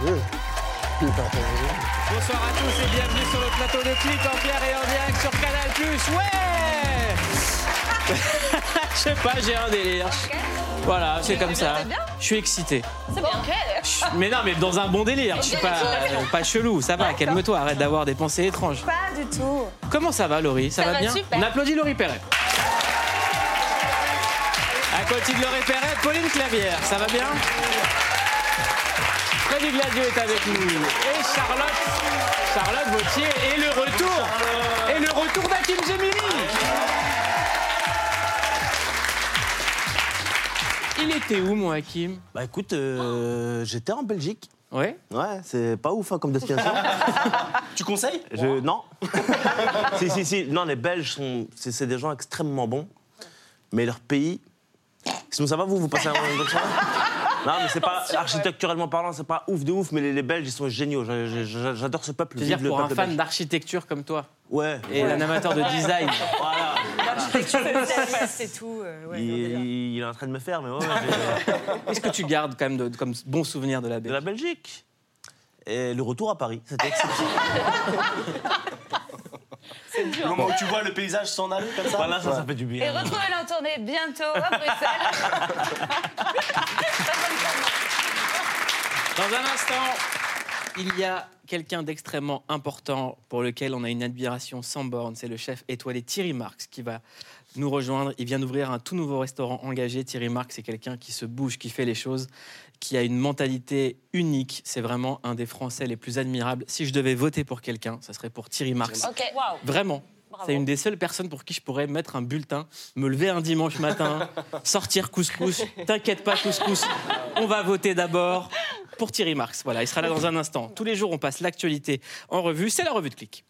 Bonsoir à tous et bienvenue sur le plateau de Click en Pierre et en direct sur Canal+. Ouais. Je sais pas, j'ai un délire. Voilà, c'est comme ça. Je suis excité. C'est bien. Mais non, mais dans un bon délire. Je suis pas chelou. Ça va, calme-toi. Arrête d'avoir des pensées étranges. Pas du tout. Comment ça va, Laurie? Ça va bien? Super. On applaudit Laurie Perret. À côté de Laurie Perret, Pauline Clavière. Ça va bien? Freddy Gladieux est avec nous. Et Charlotte Vautier. Et le retour d'Hakim Gemili. Il était où, mon Hakim? Bah écoute, j'étais en Belgique. Ouais. Ouais, c'est pas ouf comme destination. Tu conseilles? Non. Si. Non, les Belges c'est des gens extrêmement bons, mais leur pays. Sinon ça va vous passez un bon soir? Non, mais c'est pas architecturellement parlant, c'est pas ouf de ouf, mais les Belges ils sont géniaux. J'adore ce peuple. C'est-à-dire pour un fan d'architecture comme toi. Ouais. Et un amateur de design. Voilà. L'architecture, c'est tout. Il est en train de me faire, mais ouais. Qu'est-ce que tu gardes quand même comme bon souvenir de la De Belgique? la Belgique. Et le retour à Paris, c'était exceptionnel. C'est dur. Le moment où tu vois le paysage s'en aller comme ça. Voilà, ça fait du Et bien. retrouvez-le en tournée bientôt à Bruxelles. Dans un instant, il y a quelqu'un d'extrêmement important pour lequel on a une admiration sans borne. C'est le chef étoilé Thierry Marx qui va nous rejoindre. Il vient d'ouvrir un tout nouveau restaurant engagé. Thierry Marx, c'est quelqu'un qui se bouge, qui fait les choses, qui a une mentalité unique. C'est vraiment un des Français les plus admirables. Si je devais voter pour quelqu'un, ça serait pour Thierry Marx. Ok, waouh. Vraiment. Bravo. C'est une des seules personnes pour qui je pourrais mettre un bulletin, me lever un dimanche matin, sortir couscous. T'inquiète pas, couscous. On va voter d'abord pour Thierry Marx. Voilà, il sera là dans un instant. Tous les jours, on passe l'actualité en revue. C'est la revue de Click.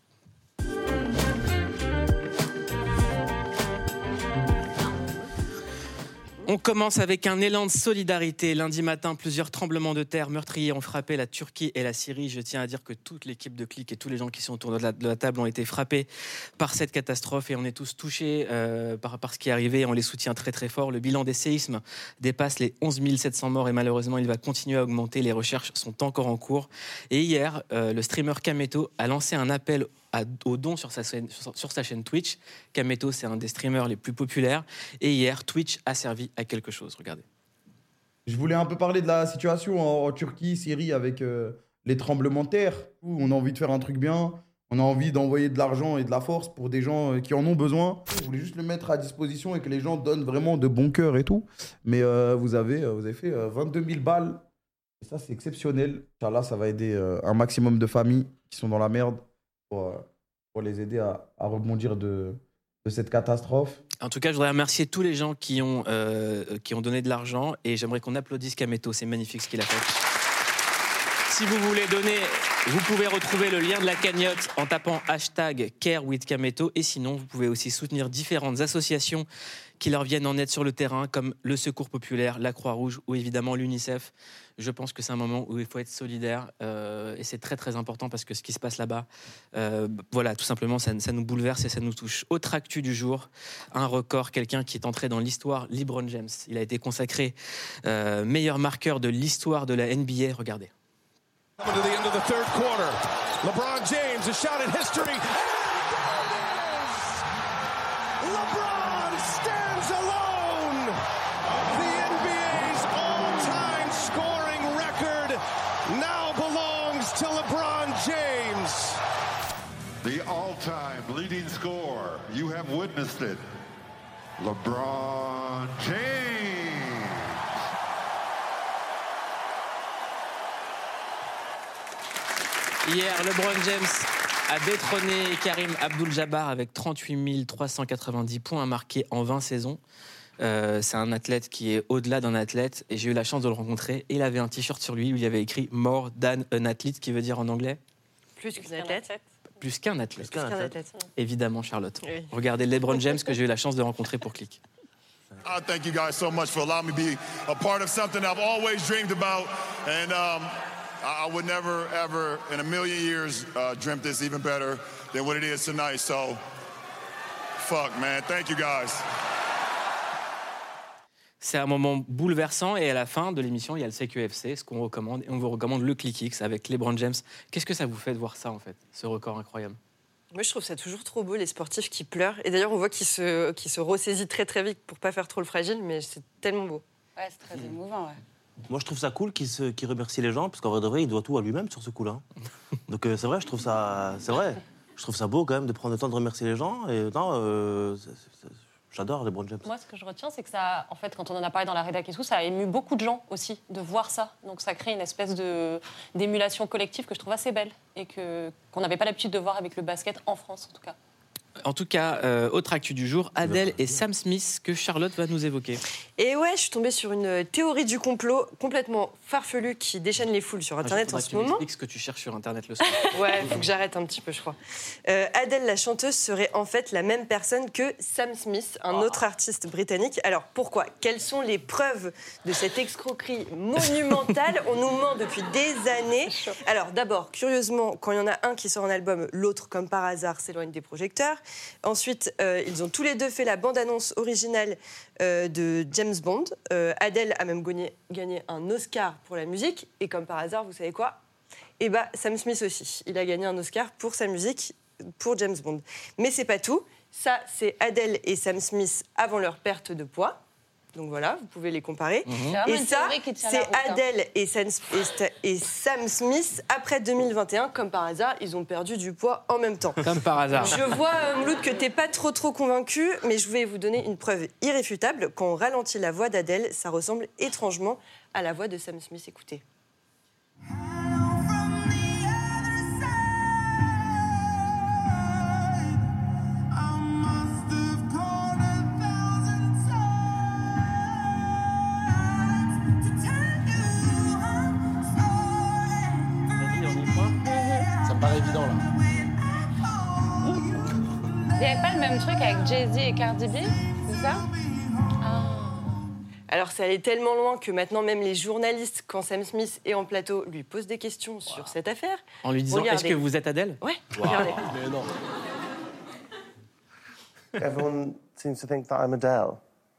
On commence avec un élan de solidarité. Lundi matin, plusieurs tremblements de terre meurtriers ont frappé la Turquie et la Syrie. Je tiens à dire que toute l'équipe de Click et tous les gens qui sont autour de la table ont été frappés par cette catastrophe et on est tous touchés par ce qui est arrivé. On les soutient très très fort. Le bilan des séismes dépasse les 11 700 morts et malheureusement, il va continuer à augmenter. Les recherches sont encore en cours. Et hier, le streamer Kameto a lancé un appel aux dons sur sa chaîne Twitch. Kameto, c'est un des streamers les plus populaires. Et hier, Twitch a servi à quelque chose. Regardez. Je voulais un peu parler de la situation en Turquie, Syrie, avec les tremblements de terre. On a envie de faire un truc bien. On a envie d'envoyer de l'argent et de la force pour des gens qui en ont besoin. Je voulais juste le mettre à disposition et que les gens donnent vraiment de bon cœur et tout. Mais vous avez fait 22 000 balles. Et ça, c'est exceptionnel. Inch'Allah, ça va aider un maximum de familles qui sont dans la merde pour les aider à rebondir de cette catastrophe. En tout cas, je voudrais remercier tous les gens qui ont donné de l'argent et j'aimerais qu'on applaudisse Kameto. C'est magnifique ce qu'il a fait. Si vous voulez donner, vous pouvez retrouver le lien de la cagnotte en tapant #CareWithKameto et sinon, vous pouvez aussi soutenir différentes associations qui leur viennent en aide sur le terrain comme le Secours Populaire, la Croix-Rouge ou évidemment l'UNICEF. Je pense que c'est un moment où il faut être solidaire et c'est très très important parce que ce qui se passe là-bas, voilà, tout simplement, ça nous bouleverse et ça nous touche. Autre actu du jour, un record, quelqu'un qui est entré dans l'histoire, LeBron James. Il a été consacré meilleur marqueur de l'histoire de la NBA. Regardez. Coming to the end of the third quarter. LeBron James, a shot in history. LeBron stands alone. The NBA's all-time scoring record now belongs to LeBron James. The all-time leading scorer. You have witnessed it. LeBron James. Hier, LeBron James a détrôné Karim Abdul-Jabbar avec 38 390 points marqués en 20 saisons. C'est un athlète qui est au-delà d'un athlète et j'ai eu la chance de le rencontrer. Et il avait un t-shirt sur lui où il y avait écrit « More than an athlete » qui veut dire en anglais Plus qu'un athlète. plus qu'un athlète. Plus qu'un athlète. Évidemment, Charlotte. Oui. Regardez LeBron James que j'ai eu la chance de rencontrer pour Click. Thank you guys so much for allowing me to be a part of something I've always dreamed about. And I would never, ever, in a million years, dreamt this even better than what it is tonight. So, fuck, man. Thank you guys. C'est un moment bouleversant et à la fin de l'émission, il y a le CQFC, ce qu'on recommande. Et on vous recommande le ClickX avec LeBron James. Qu'est-ce que ça vous fait de voir ça, en fait, ce record incroyable? Moi, je trouve ça toujours trop beau, les sportifs qui pleurent. Et d'ailleurs, on voit qu'ils se ressaisit très très vite pour pas faire trop le fragile, mais c'est tellement beau. Ouais, c'est très émouvant, ouais. Moi, je trouve ça cool qu'il remercie les gens, parce qu'en vrai de vrai, il doit tout à lui-même sur ce coup-là. Donc c'est vrai, je trouve ça... C'est vrai. Je trouve ça beau, quand même, de prendre le temps de remercier les gens. Et non, j'adore LeBron James. Moi, ce que je retiens, c'est que ça, en fait, quand on en a parlé dans la rédac et tout, ça a ému beaucoup de gens aussi, de voir ça. Donc ça crée une espèce d'émulation collective que je trouve assez belle et qu'on n'avait pas l'habitude de voir avec le basket en France, en tout cas. En tout cas, autre actu du jour, Adele et Sam Smith, que Charlotte va nous évoquer. Et ouais, je suis tombée sur une théorie du complot complètement farfelue qui déchaîne les foules sur Internet en ce moment. Explique ce que tu cherches sur Internet le soir. Ouais, il faut que j'arrête un petit peu, je crois. Adele, la chanteuse, serait en fait la même personne que Sam Smith, un autre artiste britannique. Alors, pourquoi? Quelles sont les preuves de cette escroquerie monumentale? On nous ment depuis des années. Alors, d'abord, curieusement, quand il y en a un qui sort un album, l'autre, comme par hasard, s'éloigne des projecteurs. Ensuite, ils ont tous les deux fait la bande-annonce originale de James Bond. Adele a même gagné un Oscar pour la musique. Et comme par hasard, vous savez quoi? Eh bien, Sam Smith aussi. Il a gagné un Oscar pour sa musique, pour James Bond. Mais c'est pas tout. Ça, c'est Adele et Sam Smith avant leur perte de poids. Donc voilà, vous pouvez les comparer. Et ça, c'est Adele et Sam Smith après 2021. Comme par hasard, ils ont perdu du poids en même temps. Comme par hasard. Je vois, Mouloud, que t'es pas trop convaincu, mais je vais vous donner une preuve irréfutable. Quand on ralentit la voix d'Adele, ça ressemble étrangement à la voix de Sam Smith. Écoutez. Évident là. Il n'y avait pas le même truc avec Jay-Z et Cardi B, c'est ça? Alors, ça allait tellement loin que maintenant, même les journalistes, quand Sam Smith est en plateau, lui posent des questions sur cette affaire. En lui disant, regardez. est-ce que vous êtes Adele? Ouais, regardez. Mais non. Everyone seems to think that I'm Adele.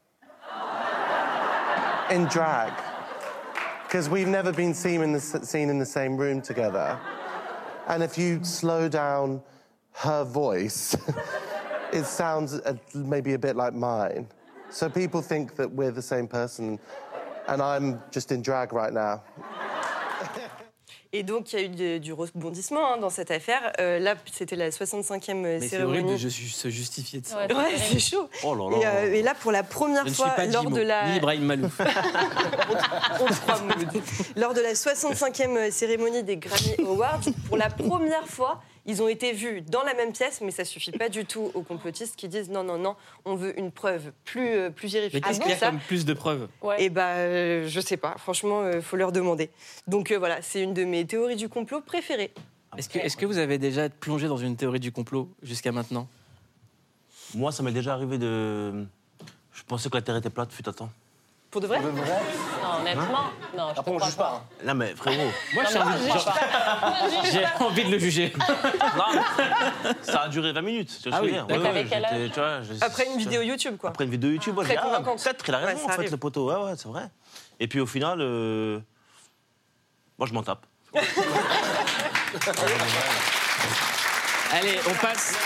In drag. Because we've never been seen in the same room together. And if you slow down her voice, it sounds maybe a bit like mine. So people think that we're the same person, and I'm just in drag right now. Et donc, il y a eu du rebondissement dans cette affaire. Là, c'était la 65e Mais c'est cérémonie. horrible de se justifier de ça. Ouais, c'est chaud. Oh là là. Et là, pour la première fois, lors de la... ni Ibrahim Malouf. On te croit, Mouloud. Lors de la 65e cérémonie des Grammy Awards, pour la première fois, ils ont été vus dans la même pièce, mais ça suffit pas du tout aux complotistes qui disent non, on veut une preuve plus irréfutable. Mais qu'est-ce qu'il y a comme plus de preuves? Et je sais pas. Franchement, faut leur demander. Donc voilà, c'est une de mes théories du complot préférées. Est-ce que vous avez déjà plongé dans une théorie du complot jusqu'à maintenant? Moi, ça m'est déjà arrivé de... Je pensais que la Terre était plate, fut un temps. Pour de vrai? Non, honnêtement, non, je Après, on juge pas. Non, mais frérot... Moi, j'ai envie de le juger. Non, ça a duré 20 minutes, tu vois ce que je veux dire. d'accord. Avec quel âge? tu vois, Après une vidéo YouTube, quoi. Après une vidéo YouTube, Très je dis, convaincante. peut-être il a raison, Ouais, ça en fait, arrive. le poteau. Ouais, c'est vrai. Et puis au final, moi, je m'en tape. Allez, on passe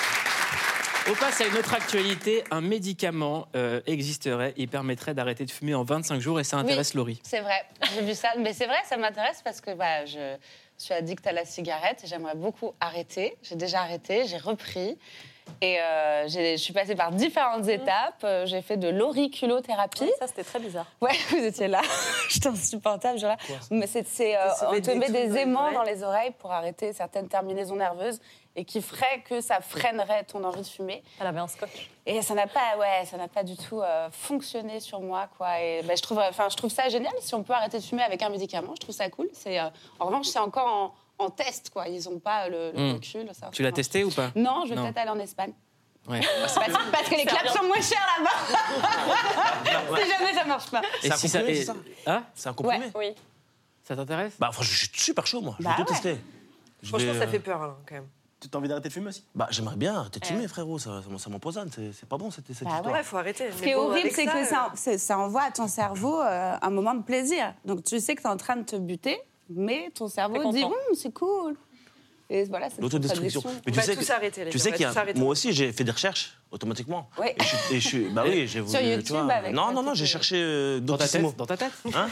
à une autre actualité. Un médicament existerait. Il permettrait d'arrêter de fumer en 25 jours et ça intéresse Laurie. C'est vrai, j'ai vu ça. Mais c'est vrai, ça m'intéresse parce que je suis addict à la cigarette et j'aimerais beaucoup arrêter. J'ai déjà arrêté, j'ai repris. Et je suis passée par différentes étapes. J'ai fait de l'auriculothérapie. Ça, c'était très bizarre. Ouais, vous étiez là. J'étais insupportable. Genre là. Mais on te met des aimants dans les oreilles pour arrêter certaines terminaisons nerveuses et qui ferait que ça freinerait ton envie de fumer. Elle avait un scotch. Et ça n'a pas du tout fonctionné sur moi, quoi. Et je trouve ça génial si on peut arrêter de fumer avec un médicament. Je trouve ça cool. En revanche, c'est encore en test, quoi. Ils n'ont pas le recul. Tu l'as testé ou pas? Non, je vais peut-être aller en Espagne. Ouais. Parce que les clopes sont moins chères là-bas. Si jamais ça marche pas. Et si ça, c'est ça Hein? C'est un comprimé. Oui. Ça t'intéresse? Bah, franchement, je suis super chaud, moi. Je vais tout tester. Franchement, ça fait peur, hein, quand même. Tu as envie d'arrêter de fumer aussi? Bah, j'aimerais bien arrêter de fumer, frérot. Ça m'empoisonne. C'est pas bon, cette histoire. Ouais, faut arrêter. Ce qui est horrible, c'est que ça envoie à ton cerveau un moment de plaisir. Donc, tu sais que tu es en train de te buter, mais ton cerveau dit c'est cool. Et voilà, c'est l'autodestruction. Mais tu sais que moi aussi, j'ai fait des recherches automatiquement. Ouais. Et je suis. Bah oui, j'ai voulu. Sur YouTube, tu vois, avec non, j'ai cherché d'autres mots. Dans ta tête. Hein?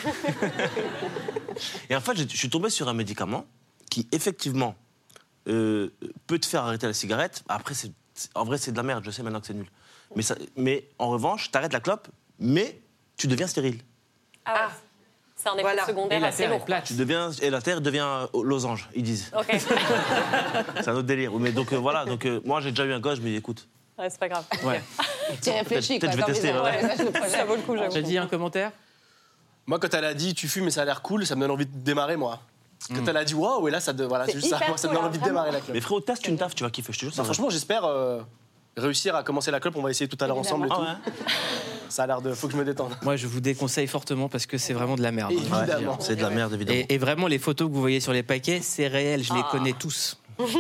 Et en fait, je suis tombé sur un médicament qui, effectivement, peut te faire arrêter la cigarette. Après, en vrai, c'est de la merde. Je sais maintenant que c'est nul. Mais en revanche, t'arrêtes la clope, mais tu deviens stérile. Ah ouais. C'est un effet secondaire assez lourd. Et la Terre devient losange, ils disent. Ok. C'est un autre délire. Mais donc voilà, moi j'ai déjà eu un gosse, je me dis écoute. Ouais, c'est pas grave. Ouais. Tu réfléchis, Peut-être je vais tester. Ça vaut le coup, j'avoue. J'ai dit un commentaire. Moi, quand elle a dit tu fumes et ça a l'air cool, ça me donne envie de démarrer, moi. Quand elle a dit waouh, et là, voilà, c'est juste ça. Moi, ça me donne envie de démarrer la clope. Mais frérot, teste une taf, tu vas kiffer, je te jure. Bah, franchement, j'espère réussir à commencer la clope. On va essayer tout à l'heure ensemble et tout. Ça a l'air de. Faut que je me détende. Moi, je vous déconseille fortement parce que c'est vraiment de la merde. Évidemment. C'est de la merde, évidemment. Et vraiment, les photos que vous voyez sur les paquets, c'est réel. Je les connais tous. Moi,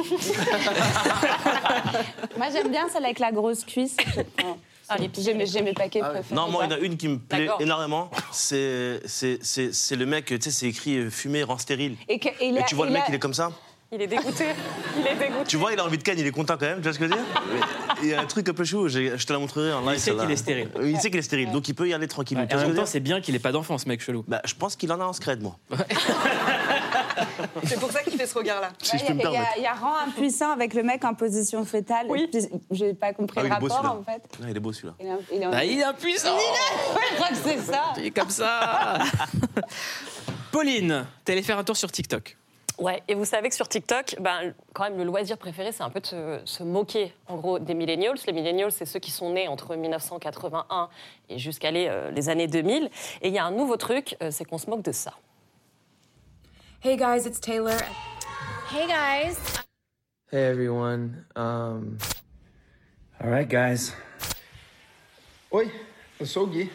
j'aime bien celle avec la grosse cuisse. J'ai mes paquets préférés. Non, moi, il y en a une qui me plaît énormément. C'est le mec, tu sais, c'est écrit fumer rend stérile. Et tu vois le mec, il est comme ça. Il est dégoûté. Tu vois, il a envie de canne, il est content quand même, tu vois ce que je veux dire? Il y a un truc un peu chaud, je te la montrerai en live. Il sait qu'il est stérile. Il sait qu'il est stérile, donc il peut y aller tranquille. Ouais, et en même temps, c'est bien qu'il ait pas d'enfant, ce mec chelou. Bah, je pense qu'il en a en scred, moi. C'est pour ça qu'il fait ce regard-là. Si je peux me permettre. Il y a rang impuissant avec le mec en position fétale. Oui. J'ai pas compris le rapport, en fait. Non, il est beau, celui-là. Il est impuissant. Je crois que c'est ça. Il est comme ça. Pauline, t'es allée faire un tour sur TikTok. Ouais, et vous savez que sur TikTok, quand même, le loisir préféré, c'est un peu de se moquer, en gros, des millennials. Les millennials, c'est ceux qui sont nés entre 1981 et jusqu'à les années 2000. Et il y a un nouveau truc, c'est qu'on se moque de ça. Hey guys, it's Taylor. Hey guys. Hey everyone. All right, guys. Oi, eu sou o Gui.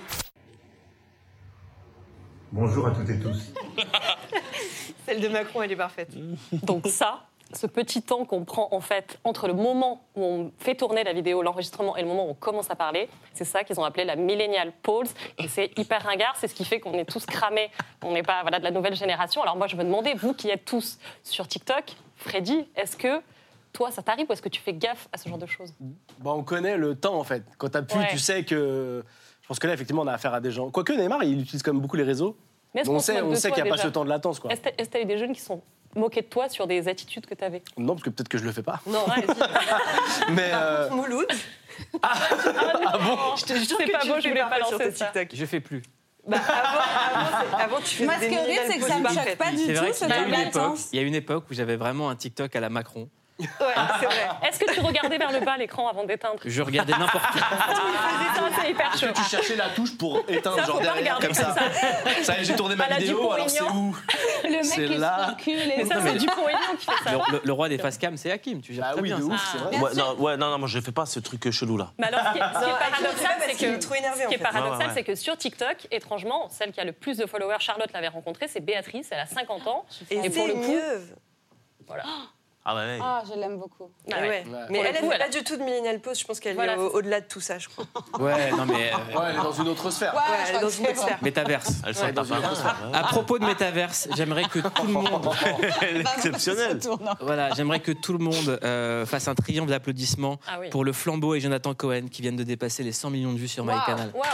Bonjour à toutes et tous. Celle de Macron, elle est parfaite. Donc ça, ce petit temps qu'on prend en fait entre le moment où on fait tourner la vidéo, l'enregistrement et le moment où on commence à parler, c'est ça qu'ils ont appelé la millennial pause. Et c'est hyper ringard, c'est ce qui fait qu'on est tous cramés, on n'est pas de la nouvelle génération. Alors moi je me demandais, vous qui êtes tous sur TikTok, Freddy, est-ce que toi ça t'arrive ou est-ce que tu fais gaffe à ce genre de choses? On connaît le temps en fait. Quand t'as pu, tu sais que... Je pense que là effectivement on a affaire à des gens... Quoique Neymar, il utilise quand même beaucoup les réseaux. Mais on sait qu'il n'y a pas ce temps de latence, quoi. Est-ce que tu as eu des jeunes qui sont moqués de toi sur des attitudes que tu avais? Non, parce que peut-être que je le fais pas. Non, mais Mouloud. Ah bon? Je te jure c'est que pas tu beau, le je fais voulais pas pas sur lancer tes ça. TikTok. Je fais plus. Avant, tu faisais Moi, ce qui est horrible, c'est que ça me choque pas du tout, ce temps de latence. Il y a une époque où j'avais vraiment un TikTok à la Macron. Ouais, c'est vrai. Est-ce que tu regardais vers le bas l'écran avant d'éteindre? Je regardais n'importe où. C'est hyper chaud. Est-ce que tu cherchais la touche pour éteindre, Ça, genre faut pas derrière, regarder comme ça? Ça y est, j'ai tourné ma vidéo, alors c'est où? Le mec C'est qui là. se recule et Mais ça, c'est Dupont-Aignan qui fait ça. Le roi des facecam, c'est Hakim. Tu gères Ah très oui, bien de ça. ouf, c'est vrai. Non, moi je fais pas ce truc chelou là. Mais alors, ce qui est paradoxal, c'est qu'il est trop énervé, ce qui est en fait. paradoxal, Ouais. c'est que sur TikTok, étrangement, celle qui a le plus de followers, Charlotte l'avait rencontrée, c'est Béatrice, elle a 50 ans. Et pour le coup, voilà. Ah ouais. Ah, je l'aime beaucoup. Ah ouais. Mais Pour le elle coup, fait elle pas a- du tout de millennial pause, je pense qu'elle Voilà, est au-delà de tout ça, je crois. Ouais, non mais. Ouais, elle est dans une autre sphère. Ouais, elle est dans une autre sphère. Métaverse. Elle s'en tape un. À propos de métaverse, j'aimerais que tout le monde. Elle est exceptionnelle. Voilà, j'aimerais que tout le monde fasse un triomphe d'applaudissements Ah oui. pour le Flambeau et Jonathan Cohen qui viennent de dépasser les 100 millions de vues sur MyCanal. Waouh.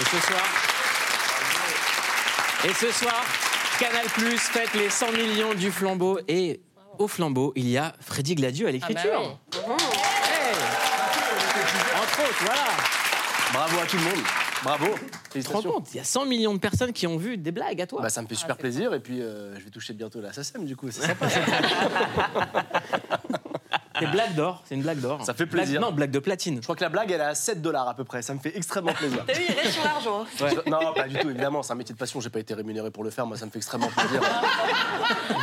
Et ce soir, Canal+ fête les 100 millions du Flambeau et au Flambeau, il y a Freddy Gladieux à l'écriture. Ah bah oui. Entre autres, voilà. Bravo à tout le monde. Bravo. Tu te rends Félicitations. compte, il y a 100 millions de personnes qui ont vu des blagues à toi. Bah, ça me fait super plaisir et puis je vais toucher bientôt la SACEM du coup, c'est sympa. C'est blague d'or, c'est une blague d'or. Ça fait plaisir. Blague de platine. Je crois que la blague elle est à $7 à peu près, ça me fait extrêmement plaisir. T'as vu, il reste sur l'argent. Non, pas du tout, évidemment, c'est un métier de passion, j'ai pas été rémunéré pour le faire, moi ça me fait extrêmement plaisir.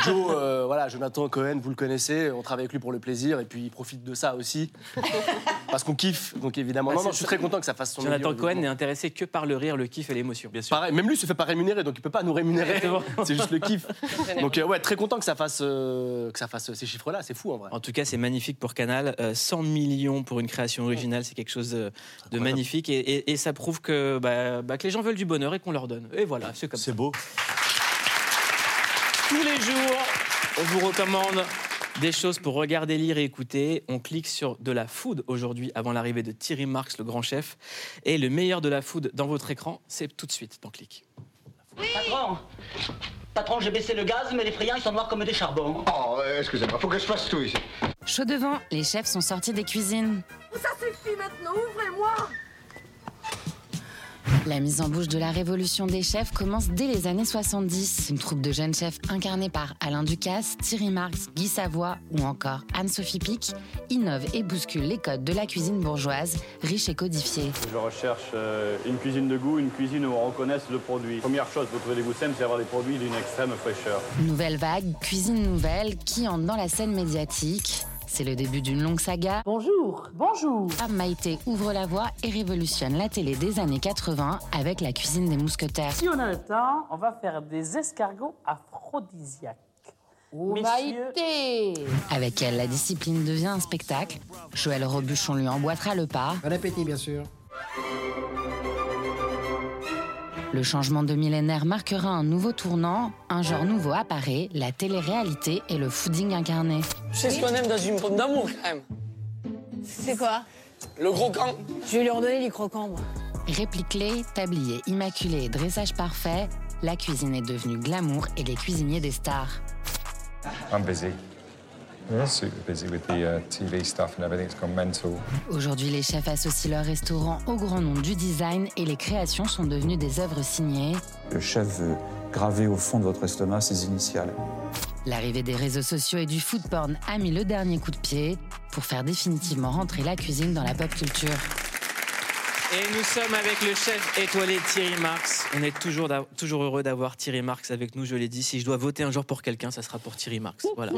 Joe, voilà, Jonathan Cohen, vous le connaissez, on travaille avec lui pour le plaisir et puis il profite de ça aussi. parce qu'on kiffe, donc évidemment. Non, je suis très content que ça fasse son Jonathan million, Cohen évidemment. n'est intéressé que par le rire, le kiff et l'émotion. Bien sûr. Pareil, même lui, il se fait pas rémunérer, donc il peut pas nous rémunérer. C'est juste le kiff. Donc ouais, très content que ça fasse ces chiffres-là. C'est fou en vrai. En tout cas, c'est magnifique pour Canal. 100 millions pour une création originale, c'est quelque chose de magnifique. Et ça prouve que les gens veulent du bonheur et qu'on leur donne. Et voilà, c'est comme ça. C'est beau. Tous les jours, on vous recommande des choses pour regarder, lire et écouter. On clique sur de la food aujourd'hui, avant l'arrivée de Thierry Marx, le grand chef. Et le meilleur de la food dans votre écran, c'est tout de suite dans Click. Patron, j'ai baissé le gaz, mais les friands, ils sont noirs comme des charbons. Oh, excusez-moi, faut que je fasse tout ici. Chaud devant, les chefs sont sortis des cuisines. Ça suffit maintenant, ouvrez-moi! La mise en bouche de la révolution des chefs commence dès les années 70. Une troupe de jeunes chefs incarnés par Alain Ducasse, Thierry Marx, Guy Savoy ou encore Anne-Sophie Pic innove et bouscule les codes de la cuisine bourgeoise, riche et codifiée. Je recherche une cuisine de goût, une cuisine où on reconnaisse le produit. Première chose pour trouver des goûts simples, c'est avoir des produits d'une extrême fraîcheur. Nouvelle vague, cuisine nouvelle, qui entre dans la scène médiatique. C'est le début d'une longue saga. Bonjour. Maïté ouvre la voie et révolutionne la télé des années 80 avec la cuisine des mousquetaires. Si on a le temps, on va faire des escargots aphrodisiaques. Maïté! Avec elle, la discipline devient un spectacle. Joël Robuchon lui emboîtera le pas. Bon appétit, bien sûr. Le changement de millénaire marquera un nouveau tournant. Un genre nouveau apparaît, la télé-réalité et le fooding incarné. C'est ce qu'on aime dans une pomme d'amour, quand même. C'est quoi? Le croquant. Je vais lui en donner du croquant, moi. Réplique-les, tablier immaculé et dressage parfait, la cuisine est devenue glamour et les cuisiniers des stars. I'm busy. We're super busy with the TV stuff and everything. It's gone mental. Aujourd'hui, les chefs associent leur restaurant au grand nom du design et les créations sont devenues des œuvres signées. Le chef veut graver au fond de votre estomac ses initiales. L'arrivée des réseaux sociaux et du food porn a mis le dernier coup de pied pour faire définitivement rentrer la cuisine dans la pop culture. Et nous sommes avec le chef étoilé Thierry Marx. On est toujours heureux d'avoir Thierry Marx avec nous, je l'ai dit. Si je dois voter un jour pour quelqu'un, ça sera pour Thierry Marx. Voilà.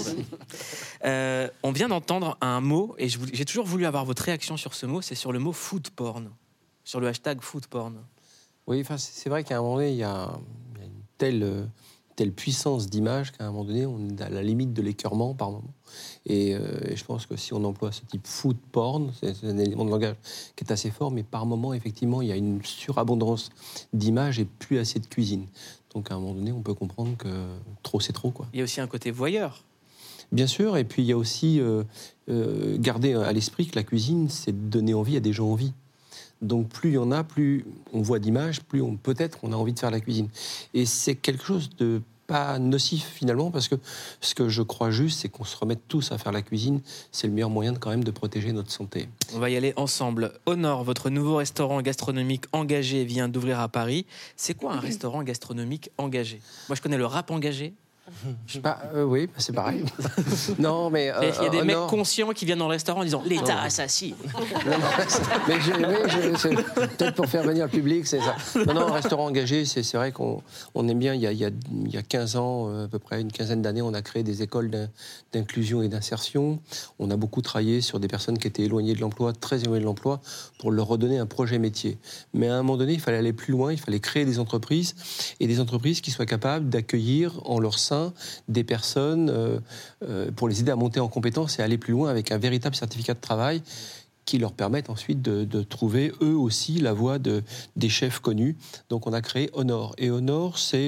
On vient d'entendre un mot, et j'ai toujours voulu avoir votre réaction sur ce mot, c'est sur le mot food porn, sur le hashtag food porn. Oui, enfin, c'est vrai qu'à un moment donné, il y a une telle puissance d'image qu'à un moment donné, on est à la limite de l'écœurement par moment. Et je pense que si on emploie ce type food porn, c'est un élément de langage qui est assez fort, mais par moment, effectivement, il y a une surabondance d'images et plus assez de cuisine. Donc à un moment donné, on peut comprendre que trop, c'est trop, quoi. Il y a aussi un côté voyeur. Bien sûr, et puis il y a aussi garder à l'esprit que la cuisine, c'est de donner envie à des gens en vie. Donc plus il y en a, plus on voit d'images, plus peut-être on a envie de faire la cuisine. Et c'est quelque chose de pas nocif finalement, parce que ce que je crois juste, c'est qu'on se remette tous à faire la cuisine. C'est le meilleur moyen quand même de protéger notre santé. On va y aller ensemble. Honor, votre nouveau restaurant gastronomique engagé vient d'ouvrir à Paris. C'est quoi un restaurant gastronomique engagé? Moi, je connais le rap engagé. Je sais pas, oui, c'est pareil. Non, mais il y a des mecs conscients qui viennent dans le restaurant en disant l'État assassine. Mais c'est peut-être pour faire venir le public, c'est ça. Non, restaurant engagé, c'est vrai qu'on aime bien. Il y a 15 ans, à peu près une quinzaine d'années, on a créé des écoles d'inclusion et d'insertion. On a beaucoup travaillé sur des personnes qui étaient éloignées de l'emploi, très éloignées de l'emploi, pour leur redonner un projet métier. Mais à un moment donné, il fallait aller plus loin, il fallait créer des entreprises, et des entreprises qui soient capables d'accueillir en leur sein des personnes pour les aider à monter en compétences et aller plus loin avec un véritable certificat de travail qui leur permettent ensuite de trouver eux aussi la voie des chefs connus. Donc on a créé Honor. Et Honor, c'est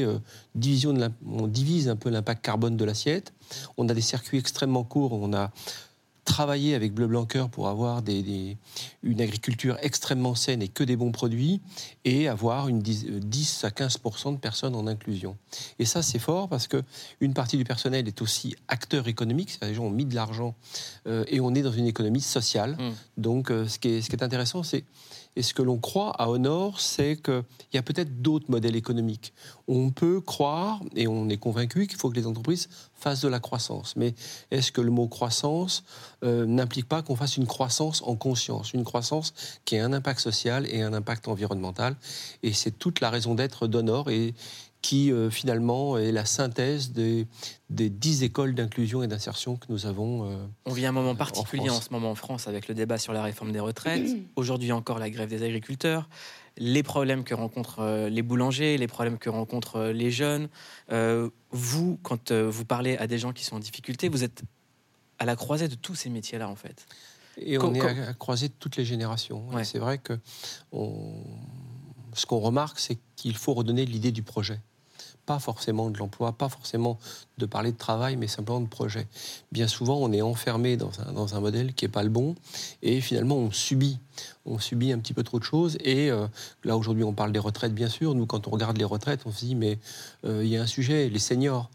on divise un peu l'impact carbone de l'assiette. On a des circuits extrêmement courts. On a travailler avec Bleu Blanc Cœur pour avoir une agriculture extrêmement saine et que des bons produits, et avoir 10 à 15% de personnes en inclusion. Et ça, c'est fort parce qu'une partie du personnel est aussi acteur économique, c'est-à-dire les gens ont mis de l'argent et on est dans une économie sociale. Donc ce qui est intéressant, et ce que l'on croit à Honor, c'est qu'il y a peut-être d'autres modèles économiques. On peut croire, et on est convaincu, qu'il faut que les entreprises fassent de la croissance. Mais est-ce que le mot croissance n'implique pas qu'on fasse une croissance en conscience, une croissance qui ait un impact social et un impact environnemental? Et c'est toute la raison d'être d'Honor, et qui finalement est la synthèse des 10 écoles d'inclusion et d'insertion que nous avons. On vit un moment particulier en ce moment en France avec le débat sur la réforme des retraites. Aujourd'hui encore la grève des agriculteurs, les problèmes que rencontrent les boulangers, les problèmes que rencontrent les jeunes. Vous, quand vous parlez à des gens qui sont en difficulté, vous êtes à la croisée de tous ces métiers-là en fait. Et on est à la croisée de toutes les générations. Ouais. C'est vrai que ce qu'on remarque, c'est qu'il faut redonner l'idée du projet. Pas forcément de l'emploi, pas forcément de parler de travail, mais simplement de projet. Bien souvent, on est enfermé dans un modèle qui n'est pas le bon, et finalement, on subit un petit peu trop de choses. Et là, aujourd'hui, on parle des retraites, bien sûr. Nous, quand on regarde les retraites, on se dit, mais il y a un sujet, les seniors.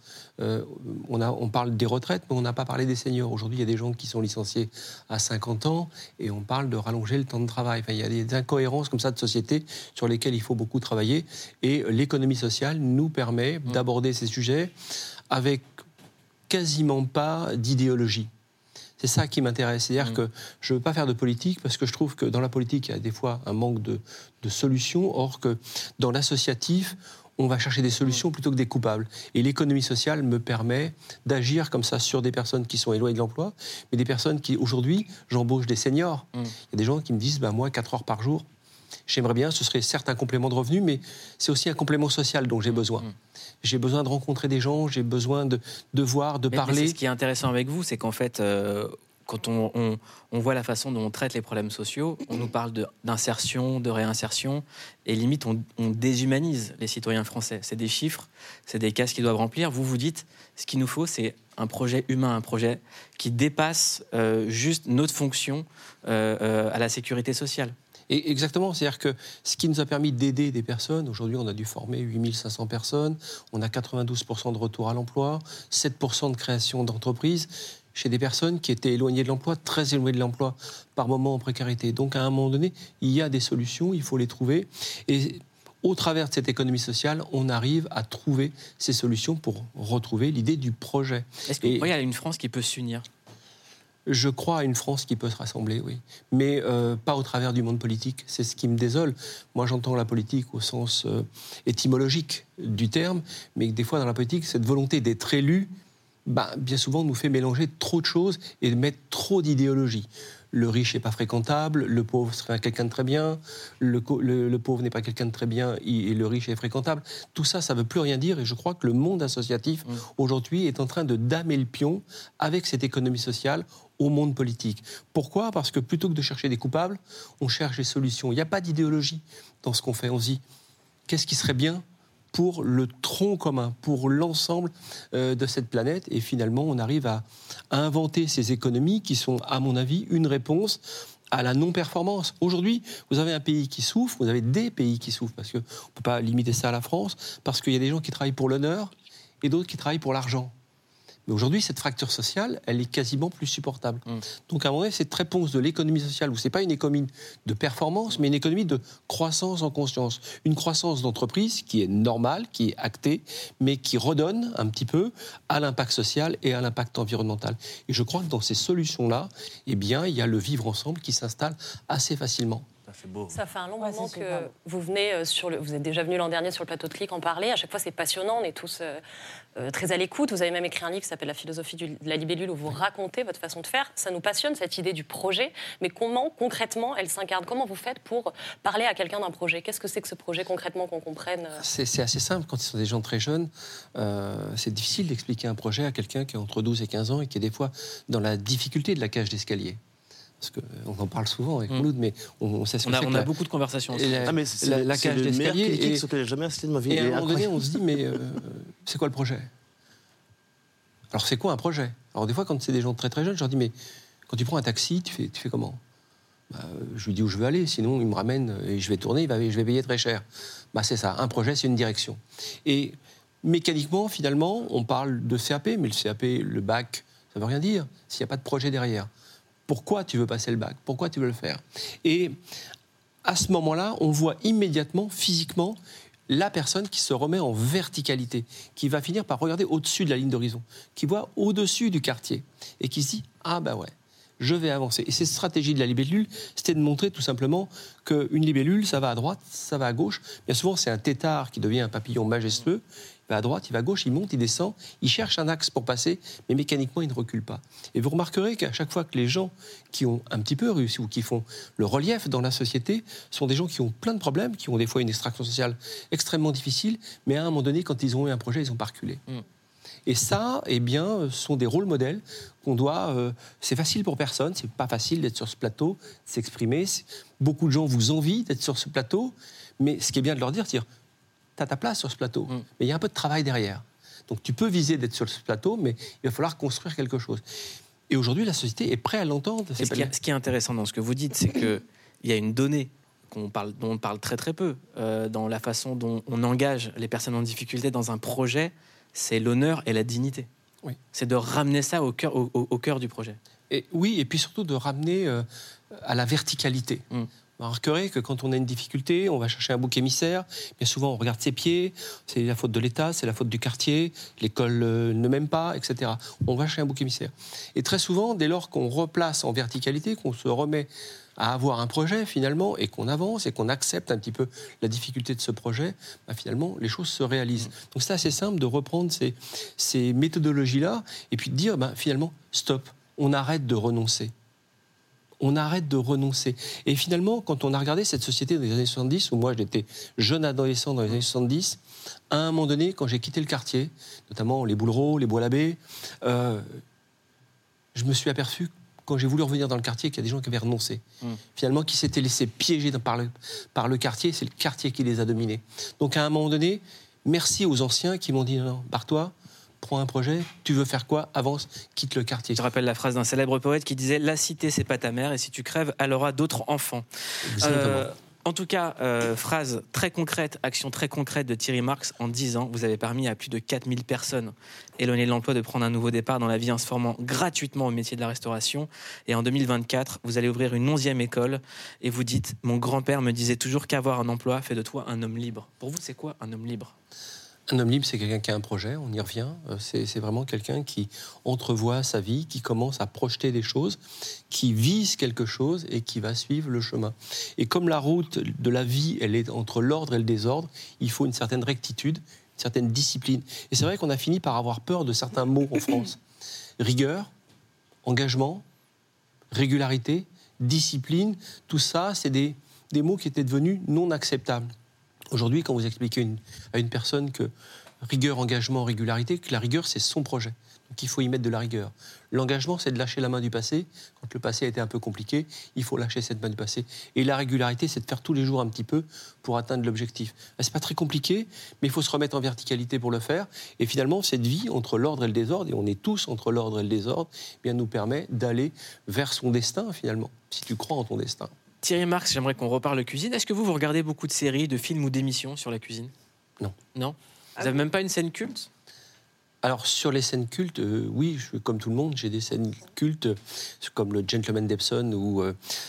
On parle des retraites, mais on n'a pas parlé des seniors. Aujourd'hui, il y a des gens qui sont licenciés à 50 ans, et on parle de rallonger le temps de travail. Enfin, il y a des incohérences comme ça de société sur lesquelles il faut beaucoup travailler. Et l'économie sociale nous permet d'aborder ces sujets avec quasiment pas d'idéologie. C'est ça qui m'intéresse. C'est-à-dire que je ne veux pas faire de politique parce que je trouve que dans la politique, il y a des fois un manque de solutions. Or que dans l'associatif, on va chercher des solutions plutôt que des coupables. Et l'économie sociale me permet d'agir comme ça sur des personnes qui sont éloignées de l'emploi, mais des personnes qui, aujourd'hui, j'embauche des seniors. Il y a des gens qui me disent, moi, 4 heures par jour, j'aimerais bien, ce serait certes un complément de revenu, mais c'est aussi un complément social dont j'ai besoin. J'ai besoin de rencontrer des gens, j'ai besoin de voir, de parler. Mais ce qui est intéressant avec vous, c'est qu'en fait, quand on voit la façon dont on traite les problèmes sociaux, on nous parle d'insertion, de réinsertion, et limite, on déshumanise les citoyens français. C'est des chiffres, c'est des cases qu'ils doivent remplir. Vous dites, ce qu'il nous faut, c'est un projet humain, un projet qui dépasse juste notre fonction à la sécurité sociale. Et exactement, c'est-à-dire que ce qui nous a permis d'aider des personnes, aujourd'hui on a dû former 8500 personnes, on a 92% de retour à l'emploi, 7% de création d'entreprises, chez des personnes qui étaient éloignées de l'emploi, très éloignées de l'emploi, par moments en précarité. Donc à un moment donné, il y a des solutions, il faut les trouver. Et au travers de cette économie sociale, on arrive à trouver ces solutions pour retrouver l'idée du projet. Est-ce qu'il y a une France qui peut s'unir ? Je crois à une France qui peut se rassembler, oui. Mais pas au travers du monde politique. C'est ce qui me désole. Moi, j'entends la politique au sens étymologique du terme, mais des fois, dans la politique, cette volonté d'être élu, bien souvent, nous fait mélanger trop de choses et de mettre trop d'idéologie. Le riche n'est pas fréquentable, le pauvre serait quelqu'un de très bien, le pauvre n'est pas quelqu'un de très bien et le riche est fréquentable. Tout ça, ça ne veut plus rien dire et je crois que le monde associatif, aujourd'hui, est en train de damer le pion avec cette économie sociale au monde politique. Pourquoi ? Parce que plutôt que de chercher des coupables, on cherche des solutions. Il n'y a pas d'idéologie dans ce qu'on fait. On se dit, qu'est-ce qui serait bien pour le tronc commun, pour l'ensemble de cette planète. Et finalement, on arrive à inventer ces économies qui sont, à mon avis, une réponse à la non-performance. Aujourd'hui, vous avez un pays qui souffre, vous avez des pays qui souffrent, parce qu'on ne peut pas limiter ça à la France, parce qu'il y a des gens qui travaillent pour l'honneur et d'autres qui travaillent pour l'argent. Mais aujourd'hui, cette fracture sociale, elle est quasiment plus supportable. Donc, à un moment donné, cette réponse de l'économie sociale, où ce n'est pas une économie de performance, mais une économie de croissance en conscience. Une croissance d'entreprise qui est normale, qui est actée, mais qui redonne un petit peu à l'impact social et à l'impact environnemental. Et je crois que dans ces solutions-là, il y a le vivre ensemble qui s'installe assez facilement. Ça fait un long moment que vous venez vous êtes déjà venu l'an dernier sur le plateau de Clic en parler. À chaque fois, c'est passionnant. On est tous très à l'écoute. Vous avez même écrit un livre qui s'appelle La philosophie de la libellule où vous racontez votre façon de faire. Ça nous passionne, cette idée du projet. Mais comment, concrètement, elle s'incarne ? Comment vous faites pour parler à quelqu'un d'un projet ? Qu'est-ce que c'est que ce projet, concrètement, qu'on comprenne ? C'est assez simple. Quand ils sont des gens très jeunes, c'est difficile d'expliquer un projet à quelqu'un qui est entre 12 et 15 ans et qui est des fois dans la difficulté de la cage d'escalier. Parce qu'on en parle souvent avec Mouloud, mais on sait ce que c'est. On a beaucoup de conversations aussi. La cage d'escalier. Et ce que j'ai jamais assisté de ma vie. Et à un moment donné, on se dit, mais c'est quoi le projet ? Alors, c'est quoi un projet ? Alors, des fois, quand c'est des gens très très jeunes, je leur dis, mais quand tu prends un taxi, tu fais comment ? Je lui dis où je veux aller, sinon il me ramène et je vais tourner, je vais payer très cher. C'est ça, un projet, c'est une direction. Et mécaniquement, finalement, on parle de CAP, mais le CAP, le bac, ça ne veut rien dire s'il n'y a pas de projet derrière. Pourquoi tu veux passer le bac ? Pourquoi tu veux le faire ? Et à ce moment-là, on voit immédiatement, physiquement, la personne qui se remet en verticalité, qui va finir par regarder au-dessus de la ligne d'horizon, qui voit au-dessus du quartier et qui se dit « Ah ouais, je vais avancer. Et cette stratégie de la libellule, c'était de montrer tout simplement qu'une libellule, ça va à droite, ça va à gauche. Bien souvent, c'est un tétard qui devient un papillon majestueux. Il va à droite, il va à gauche, il monte, il descend, il cherche un axe pour passer, mais mécaniquement, il ne recule pas. Et vous remarquerez qu'à chaque fois que les gens qui ont un petit peu réussi ou qui font le relief dans la société sont des gens qui ont plein de problèmes, qui ont des fois une extraction sociale extrêmement difficile, mais à un moment donné, quand ils ont eu un projet, ils n'ont pas reculé. Et ça, eh bien, sont des rôles modèles qu'on doit... c'est facile pour personne, c'est pas facile d'être sur ce plateau, de s'exprimer. Beaucoup de gens vous envient d'être sur ce plateau, mais ce qui est bien de leur dire, c'est t'as ta place sur ce plateau, mais il y a un peu de travail derrière. Donc tu peux viser d'être sur ce plateau, mais il va falloir construire quelque chose. Et aujourd'hui, la société est prête à l'entendre. Ce qui est intéressant dans ce que vous dites, c'est qu'il y a une donnée dont on parle très très peu, dans la façon dont on engage les personnes en difficulté dans un projet, c'est l'honneur et la dignité. Oui. C'est de ramener ça au cœur du projet. Et oui, et puis surtout de ramener à la verticalité. Vous remarquerez que quand on a une difficulté, on va chercher un bouc émissaire. Bien souvent, on regarde ses pieds. C'est la faute de l'État, c'est la faute du quartier. L'école ne m'aime pas, etc. On va chercher un bouc émissaire. Et très souvent, dès lors qu'on replace en verticalité, qu'on se remet à avoir un projet finalement, et qu'on avance, et qu'on accepte un petit peu la difficulté de ce projet, finalement, les choses se réalisent. Donc c'est assez simple de reprendre ces méthodologies-là, et puis de dire, finalement, stop, on arrête de renoncer. On arrête de renoncer. Et finalement, quand on a regardé cette société dans les années 70, où moi j'étais jeune adolescent dans les années 70, à un moment donné, quand j'ai quitté le quartier, notamment les Boulereaux, les Bois-l'Abbé, je me suis aperçu, quand j'ai voulu revenir dans le quartier, qu'il y a des gens qui avaient renoncé. Finalement, qui s'étaient laissés piéger par le quartier, c'est le quartier qui les a dominés. Donc à un moment donné, merci aux anciens qui m'ont dit, non, barre-toi, prends un projet, tu veux faire quoi? Avance, quitte le quartier. Je rappelle la phrase d'un célèbre poète qui disait « La cité, c'est pas ta mère, et si tu crèves, elle aura d'autres enfants ». En tout cas, phrase très concrète, action très concrète de Thierry Marx. En 10 ans, vous avez permis à plus de 4000 personnes éloignées de l'emploi de prendre un nouveau départ dans la vie en se formant gratuitement au métier de la restauration. Et en 2024, vous allez ouvrir une 11e école et vous dites « Mon grand-père me disait toujours qu'avoir un emploi fait de toi un homme libre ». Pour vous, c'est quoi un homme libre ? Un homme libre, c'est quelqu'un qui a un projet, on y revient. C'est vraiment quelqu'un qui entrevoit sa vie, qui commence à projeter des choses, qui vise quelque chose et qui va suivre le chemin. Et comme la route de la vie, elle est entre l'ordre et le désordre, il faut une certaine rectitude, une certaine discipline. Et c'est vrai qu'on a fini par avoir peur de certains mots en France. Rigueur, engagement, régularité, discipline, tout ça, c'est des mots qui étaient devenus non acceptables. Aujourd'hui, quand vous expliquez à une personne que rigueur, engagement, régularité, que la rigueur, c'est son projet. Donc il faut y mettre de la rigueur. L'engagement, c'est de lâcher la main du passé. Quand le passé a été un peu compliqué, il faut lâcher cette main du passé. Et la régularité, c'est de faire tous les jours un petit peu pour atteindre l'objectif. C'est pas très compliqué, mais il faut se remettre en verticalité pour le faire. Et finalement, cette vie entre l'ordre et le désordre, et on est tous entre l'ordre et le désordre, nous permet d'aller vers son destin, finalement, si tu crois en ton destin. Thierry Marx, j'aimerais qu'on reparle cuisine. Est-ce que vous regardez beaucoup de séries, de films ou d'émissions sur la cuisine ? Non. Non ? Vous n'avez même pas une scène culte ? Alors, sur les scènes cultes, oui, comme tout le monde, j'ai des scènes cultes, comme le Gentleman d'Epsom, où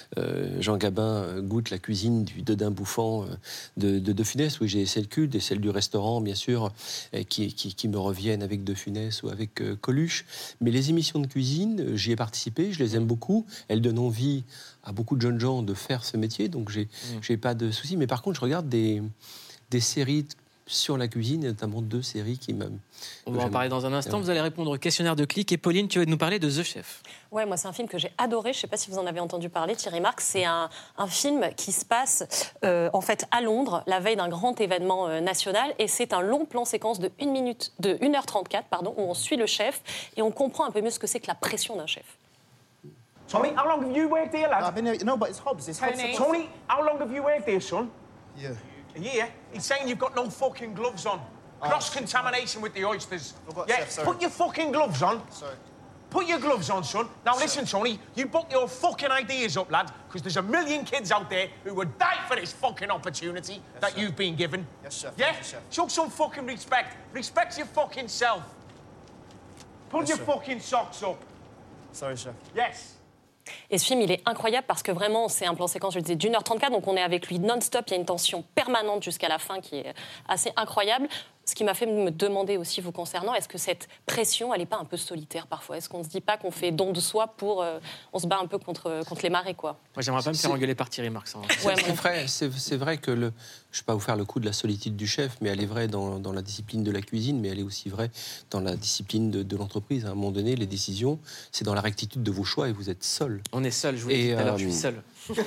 Jean Gabin goûte la cuisine du Dedin bouffant de De Funès. Oui, j'ai des scènes cultes, des celles du restaurant, bien sûr, qui me reviennent avec De Funès ou avec Coluche. Mais les émissions de cuisine, j'y ai participé, je les aime beaucoup. Elles donnent envie à beaucoup de jeunes gens de faire ce métier, donc j'ai pas de soucis. Mais par contre, je regarde des séries sur la cuisine, et notamment 2 séries qui m'aiment. On va en parler dans un instant. Vous allez répondre au questionnaire de Click. Et Pauline, tu vas nous parler de The Chef. Ouais, moi, c'est un film que j'ai adoré. Je ne sais pas si vous en avez entendu parler, Thierry Marx. C'est un film qui se passe en fait à Londres, la veille d'un grand événement national. Et c'est un long plan séquence de 1h34, où on suit le chef et on comprend un peu mieux ce que c'est que la pression d'un chef. Tommy, how long have you worked here, lad? I've been here. No, but it's Hobbs. It's Hobbs. Tony, how long have you worked here, son? Yeah. A year? He's saying you've got no fucking gloves on. Cross-contamination with the oysters. Chef, sorry. Put your fucking gloves on. Sorry. Put your gloves on, son. Now listen, Tony, you book your fucking ideas up, lad, because there's a million kids out there who would die for this fucking opportunity that you've been given. Yes, chef. Yeah? Thank you, chef. Show some fucking respect. Respect your fucking self. Put your fucking socks up. Sorry, chef. Yes. Et ce film, il est incroyable parce que vraiment, c'est un plan séquence, je le disais, d'1h34, donc on est avec lui non-stop, il y a une tension permanente jusqu'à la fin qui est assez incroyable. ce qui m'a fait me demander aussi vous concernant, est-ce que cette pression, elle n'est pas un peu solitaire parfois? Est-ce qu'on ne se dit pas qu'on fait don de soi pour... on se bat un peu contre les marées, quoi? Moi, j'aimerais pas me faire engueuler par Thierry Marx. Hein. C'est vrai que je ne vais pas vous faire le coup de la solitude du chef, mais elle est vraie dans la discipline de la cuisine, mais elle est aussi vraie dans la discipline de l'entreprise. À un moment donné, les décisions, c'est dans la rectitude de vos choix et vous êtes seul. On est seul, je vous l'ai dit tout à l'heure, je suis seul.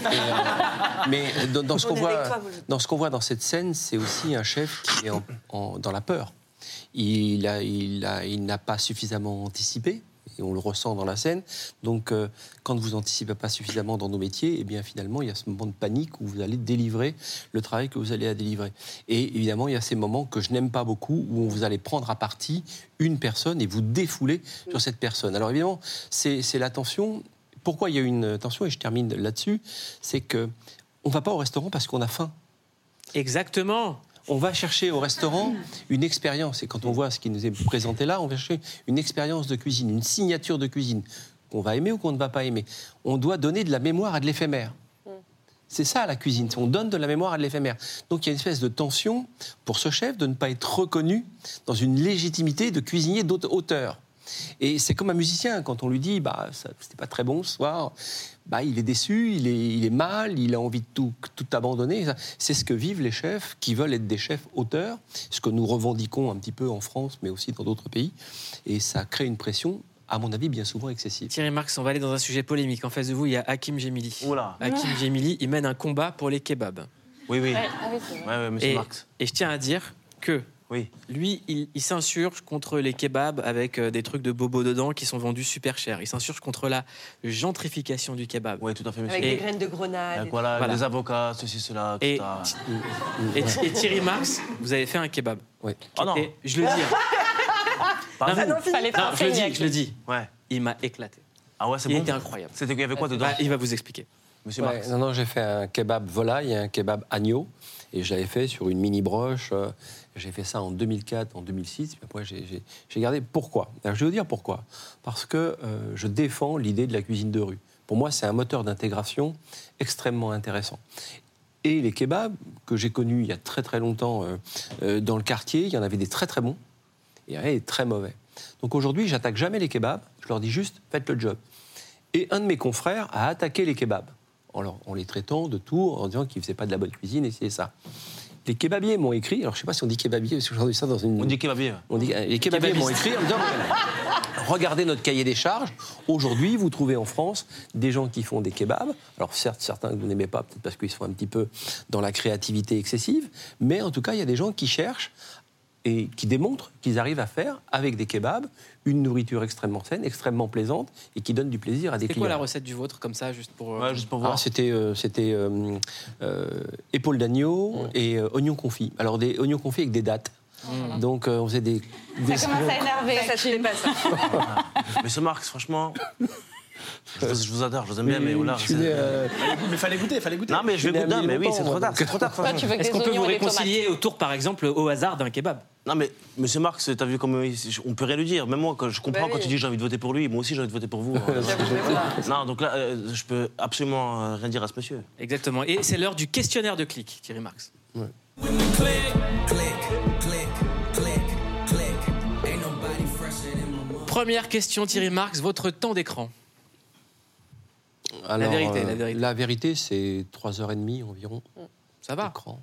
Mais dans ce qu'on voit dans cette scène, c'est aussi un chef qui est dans la peur. Il n'a pas suffisamment anticipé. Et on le ressent dans la scène. Donc, quand vous n'anticipez pas suffisamment dans nos métiers, eh bien, finalement, il y a ce moment de panique où vous allez délivrer le travail que vous allez à délivrer. Et évidemment, il y a ces moments que je n'aime pas beaucoup, où vous allez prendre à partie une personne et vous défouler sur cette personne. Alors, évidemment, c'est la tension. Pourquoi il y a une tension, et je termine là-dessus, c'est qu'on ne va pas au restaurant parce qu'on a faim. Exactement. On va chercher au restaurant une expérience. Et quand on voit ce qui nous est présenté là, on va chercher une expérience de cuisine, une signature de cuisine qu'on va aimer ou qu'on ne va pas aimer. On doit donner de la mémoire à de l'éphémère. C'est ça la cuisine, on donne de la mémoire à de l'éphémère. Donc il y a une espèce de tension pour ce chef de ne pas être reconnu dans une légitimité de cuisinier d'auteur. Et c'est comme un musicien, quand on lui dit « c'était pas très bon ce soir », il est déçu, il est mal, il a envie de tout abandonner. C'est ce que vivent les chefs qui veulent être des chefs auteurs, ce que nous revendiquons un petit peu en France, mais aussi dans d'autres pays. Et ça crée une pression, à mon avis, bien souvent excessive. Thierry Marx, on va aller dans un sujet polémique. En face de vous, il y a Hakim Gemili. Oula. Hakim Gemili, il mène un combat pour les kebabs. Oui. Ouais, monsieur Marx. Et je tiens à dire que lui, il s'insurge contre les kebabs avec des trucs de bobo dedans qui sont vendus super cher. Il s'insurge contre la gentrification du kebab. Oui, tout à fait, monsieur. Avec des graines de grenade. Voilà, les avocats, ceci, cela, tout ça. Et Thierry Marx, vous avez fait un kebab. Oui. Non. Je le dis. Je le dis. Ouais. Il m'a éclaté. Ah ouais, c'est bon. Il était incroyable. Il y avait quoi dedans? Il va vous expliquer. Monsieur Marx. Non, j'ai fait un kebab volaille et un kebab agneau. Et je l'avais fait sur une mini broche. J'ai fait ça en 2004, en 2006. Puis après, j'ai gardé. Pourquoi? Alors, je vais vous dire pourquoi. Parce que je défends l'idée de la cuisine de rue. Pour moi, c'est un moteur d'intégration extrêmement intéressant. Et les kebabs que j'ai connus il y a très très longtemps dans le quartier, il y en avait des très très bons et il y en avait des très mauvais. Donc aujourd'hui, j'attaque jamais les kebabs. Je leur dis juste, faites le job. Et un de mes confrères a attaqué les kebabs. En les traitant de tout, en disant qu'ils ne faisaient pas de la bonne cuisine, et c'est ça. Les kebabiers m'ont écrit, alors je ne sais pas si on dit kebabier, parce que j'ai entendu ça dans une... On dit kebabier. Les kebabiers m'ont écrit en disant, regardez notre cahier des charges, aujourd'hui vous trouvez en France des gens qui font des kebabs, alors certes certains que vous n'aimez pas, peut-être parce qu'ils sont un petit peu dans la créativité excessive, mais en tout cas il y a des gens qui cherchent et qui démontrent qu'ils arrivent à faire, avec des kebabs, une nourriture extrêmement saine, extrêmement plaisante, et qui donne du plaisir à des clients. C'est quoi la recette du vôtre, comme ça, juste pour voir? C'était épaules d'agneau et oignons confits. Alors, des oignons confits avec des dattes. Donc, on faisait des... Ça commence à énerver. Ça te plaît pas, ça. Monsieur Marx, franchement... Je vous adore, je vous aime bien, mais là... Mais fallait goûter. Non, mais je vais goûter, mais oui, c'est trop tard. Est-ce qu'on peut vous réconcilier autour, par exemple, au hasard d'un kebab? Non, mais monsieur Marx, t'as vu comme... On peut rien lui dire. Même moi, quand je comprends quand tu dis j'ai envie de voter pour lui, moi aussi j'ai envie de voter pour vous. Non, donc là, je peux absolument rien dire à ce monsieur. Exactement. Et c'est l'heure du questionnaire de clic, Thierry Marx. Ouais. Première question, Thierry Marx, votre temps d'écran? Alors, la vérité, c'est 3h30 environ. Ça va. Écran.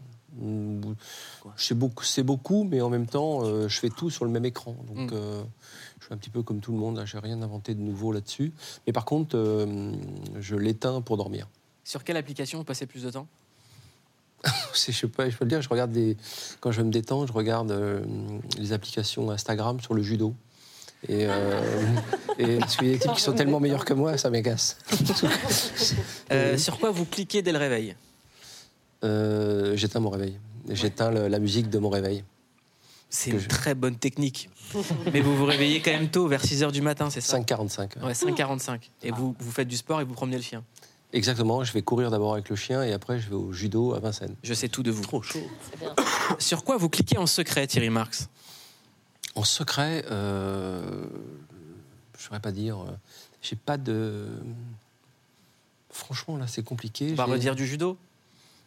C'est beaucoup, mais en même temps, je fais tout sur le même écran. Donc, je suis un petit peu comme tout le monde. Je n'ai rien inventé de nouveau là-dessus. Mais par contre, je l'éteins pour dormir. Sur quelle application vous passez plus de temps? Je peux le dire. Quand je me détends, je regarde les applications Instagram sur le judo. Et parce qu'il y a des types qui sont tellement meilleurs que moi, ça m'agace. Sur quoi vous cliquez dès le réveil? J'éteins mon réveil. J'éteins la musique de mon réveil. C'est une très bonne technique. Mais vous vous réveillez quand même tôt, vers 6h du matin, c'est ça? 5h45. Ouais, 5h45. Et vous faites du sport et vous promenez le chien? Exactement, je vais courir d'abord avec le chien et après je vais au judo à Vincennes. Je sais tout de vous. Trop chaud. C'est bien. Sur quoi vous cliquez en secret, Thierry Marx? En secret, je ne saurais pas dire. J'ai pas de... Franchement, là, c'est compliqué. On va redire du judo?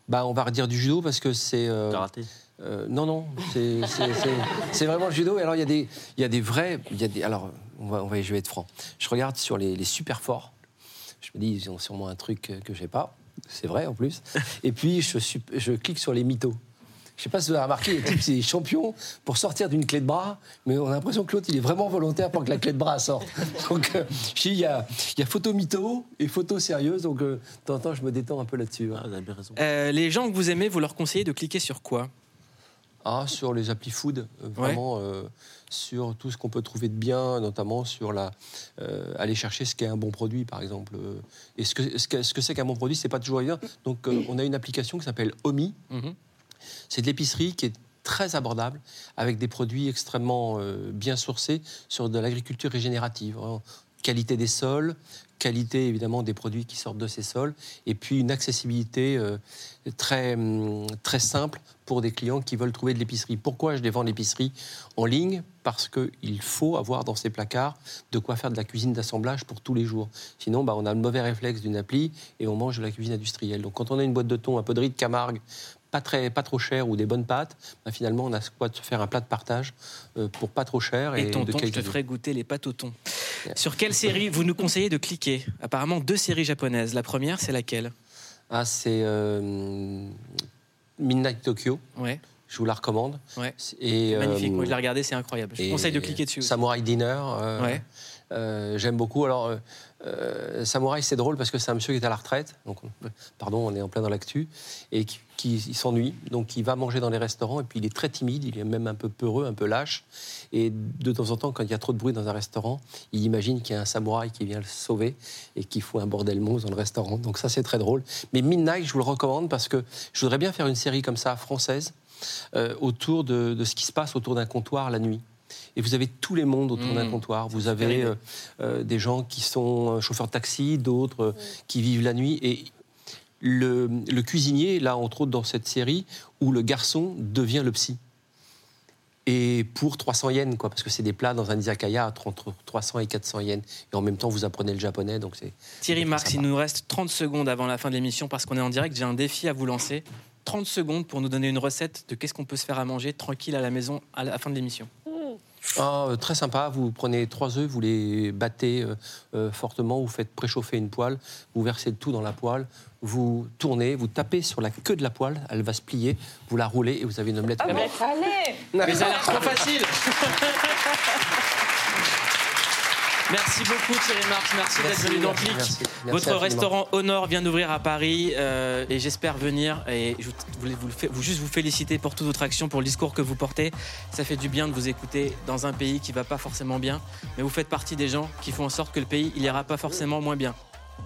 On va redire du judo parce que c'est... Karaté. Non, c'est vraiment le judo. Et alors, il y a des vrais... alors, je vais être franc. Je regarde sur les super forts. Je me dis, ils ont sûrement un truc que je n'ai pas. C'est vrai, en plus. Et puis, je clique sur les mythos. Je ne sais pas si vous avez remarqué, les types, c'est des champions pour sortir d'une clé de bras, mais on a l'impression que l'autre, il est vraiment volontaire pour que la clé de bras sorte. Donc, il y a photo mytho et photo sérieuse, donc de temps en temps, je me détends un peu là-dessus. Vous avez bien raison. Les gens que vous aimez, vous leur conseillez de cliquer sur quoi ? Sur les applis food, vraiment, sur tout ce qu'on peut trouver de bien, notamment sur aller chercher ce qu'est un bon produit, par exemple. Et ce que c'est qu'un bon produit, c'est pas toujours évident. Donc, on a une application qui s'appelle Omi. C'est de l'épicerie qui est très abordable, avec des produits extrêmement bien sourcés sur de l'agriculture régénérative. Qualité des sols, qualité évidemment des produits qui sortent de ces sols, et puis une accessibilité très, très simple pour des clients qui veulent trouver de l'épicerie. Pourquoi je les vends l'épicerie en ligne ? Parce qu'il faut avoir dans ces placards de quoi faire de la cuisine d'assemblage pour tous les jours. Sinon, on a le mauvais réflexe d'une appli et on mange de la cuisine industrielle. Donc quand on a une boîte de thon, un peu de riz de Camargue, pas trop cher ou des bonnes pâtes, finalement on a quoi de se faire un plat de partage pour pas trop cher. Et tonton, je te ferai goûter les pâtes au thon. Sur quelle série vous nous conseillez de cliquer ? Apparemment 2 séries japonaises. La première, c'est laquelle ? C'est Midnight Tokyo. Ouais. Je vous la recommande. Ouais. Et, magnifique, moi je l'ai regardé, c'est incroyable. Je vous conseille de cliquer dessus. Samurai Dinner. J'aime beaucoup. Alors, Samouraï, c'est drôle parce que c'est un monsieur qui est à la retraite. Donc, pardon, on est en plein dans l'actu. Et qui s'ennuie. Donc, il va manger dans les restaurants. Et puis, il est très timide. Il est même un peu peureux, un peu lâche. Et de temps en temps, quand il y a trop de bruit dans un restaurant, il imagine qu'il y a un samouraï qui vient le sauver et qu'il fout un bordel monstre dans le restaurant. Donc, ça, c'est très drôle. Mais Midnight, je vous le recommande parce que je voudrais bien faire une série comme ça, française, autour de ce qui se passe autour d'un comptoir la nuit. Et vous avez tous les mondes autour d'un comptoir. Vous avez des gens qui sont chauffeurs de taxi, d'autres qui vivent la nuit. Et le cuisinier, là, entre autres, dans cette série, où le garçon devient le psy. Et pour 300 yens, parce que c'est des plats dans un izakaya entre 300 et 400 yens. Et en même temps, vous apprenez le japonais, donc c'est... Thierry Marx, il nous reste 30 secondes avant la fin de l'émission, parce qu'on est en direct. J'ai un défi à vous lancer. 30 secondes pour nous donner une recette de qu'est-ce qu'on peut se faire à manger tranquille à la maison à la fin de l'émission. Très sympa, vous prenez 3 œufs, vous les battez fortement, vous faites préchauffer une poêle, vous versez le tout dans la poêle, vous tournez, vous tapez sur la queue de la poêle, elle va se plier, vous la roulez et vous avez une omelette. Mais fallait. Mais ça a l'air trop facile. Merci beaucoup Thierry Marx, merci d'être venu dans Clic. Votre restaurant Honor vient d'ouvrir à Paris et j'espère venir. Et je voulais juste vous féliciter pour toute votre action, pour le discours que vous portez. Ça fait du bien de vous écouter dans un pays qui ne va pas forcément bien, mais vous faites partie des gens qui font en sorte que le pays n'ira pas forcément moins bien.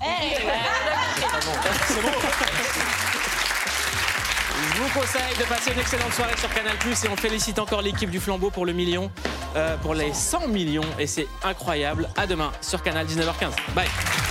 C'est bon. Je vous conseille de passer une excellente soirée sur Canal+, et on félicite encore l'équipe du Flambeau pour le million, pour les 100 millions, et c'est incroyable. À demain sur Canal, 19h15. Bye.